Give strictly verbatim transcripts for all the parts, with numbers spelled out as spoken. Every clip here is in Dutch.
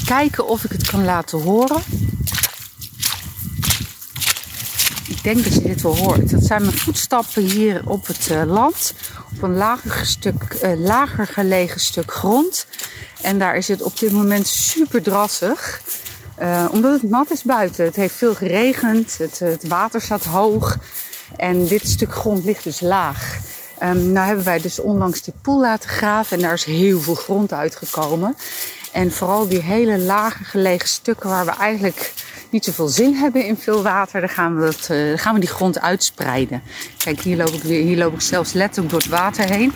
kijken of ik het kan laten horen. Ik denk dat je dit wel hoort. Dat zijn mijn voetstappen hier op het uh, land. Op een lager, stuk, uh, lager gelegen stuk grond. En daar is het op dit moment super drassig. Uh, omdat het nat is buiten. Het heeft veel geregend. Het, het water staat hoog. En dit stuk grond ligt dus laag. Um, nou hebben wij dus onlangs die poel laten graven. En daar is heel veel grond uitgekomen. En vooral die hele lager gelegen stukken waar we eigenlijk niet zoveel zin hebben in veel water. Dan gaan we, dat, uh, dan gaan we die grond uitspreiden. Kijk, hier loop ik, weer, hier loop ik zelfs letterlijk door het water heen.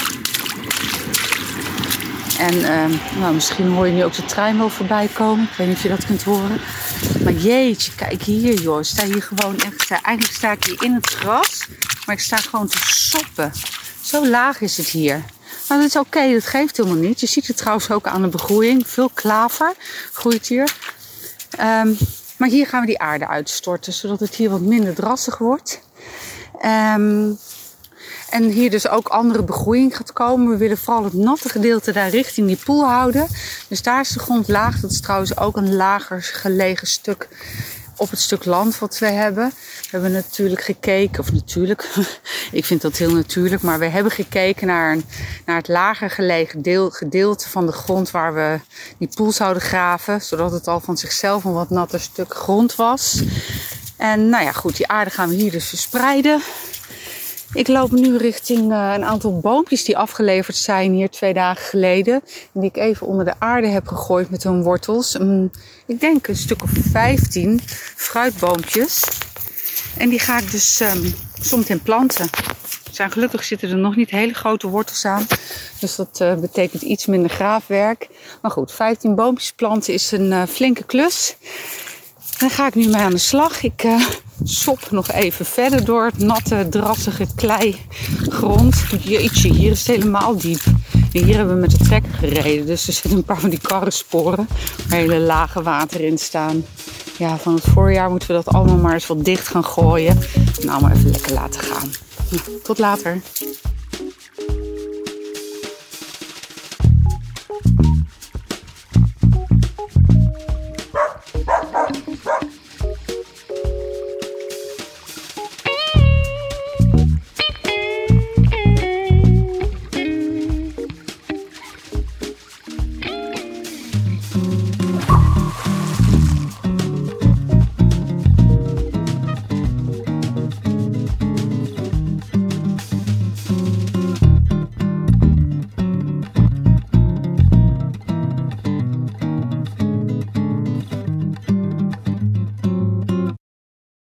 En uh, nou, misschien hoor je nu ook de trein wel voorbij komen. Ik weet niet of je dat kunt horen. Maar jeetje, kijk hier joh. Ik sta hier gewoon echt. Eigenlijk sta ik hier in het gras. Maar ik sta gewoon te soppen. Zo laag is het hier. Nou, dat is oké. Okay, dat geeft helemaal niet. Je ziet het trouwens ook aan de begroeiing. Veel klaver groeit hier. Um, maar hier gaan we die aarde uitstorten. Zodat het hier wat minder drassig wordt. Um, En hier dus ook andere begroeiing gaat komen. We willen vooral het natte gedeelte daar richting die poel houden. Dus daar is de grond laag. Dat is trouwens ook een lager gelegen stuk op het stuk land wat we hebben. We hebben natuurlijk gekeken, of natuurlijk, ik vind dat heel natuurlijk. Maar we hebben gekeken naar, een, naar het lager gelegen deel, gedeelte van de grond waar we die poel zouden graven. Zodat het al van zichzelf een wat natter stuk grond was. En nou ja goed, die aarde gaan we hier dus verspreiden. Ik loop nu richting uh, een aantal boompjes die afgeleverd zijn hier twee dagen geleden. En die ik even onder de aarde heb gegooid met hun wortels. Um, ik denk een stuk of vijftien fruitboompjes. En die ga ik dus um, zometeen planten. Zijn gelukkig zitten er nog niet hele grote wortels aan. Dus dat uh, betekent iets minder graafwerk. Maar goed, vijftien boompjes planten is een uh, flinke klus. Daar ga ik nu mee aan de slag. Ik uh, sop nog even verder door het natte, drassige kleigrond. Jeetje, hier is het helemaal diep. En hier hebben we met de trekker gereden. Dus er zitten een paar van die karrensporen waar hele lage water in staan. Ja, van het voorjaar moeten we dat allemaal maar eens wat dicht gaan gooien. Nou, maar even lekker laten gaan. Tot later.